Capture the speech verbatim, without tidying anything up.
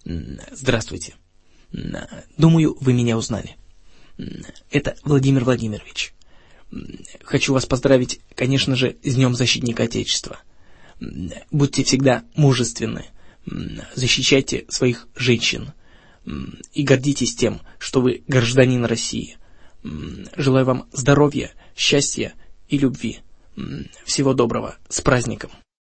Здравствуйте. Думаю, вы меня узнали. Это Владимир Владимирович. Хочу вас поздравить, конечно же, с Днем Защитника Отечества. Будьте всегда мужественны, защищайте своих женщин и гордитесь тем, что вы гражданин России. Желаю вам здоровья, счастья и любви. Всего доброго. С праздником!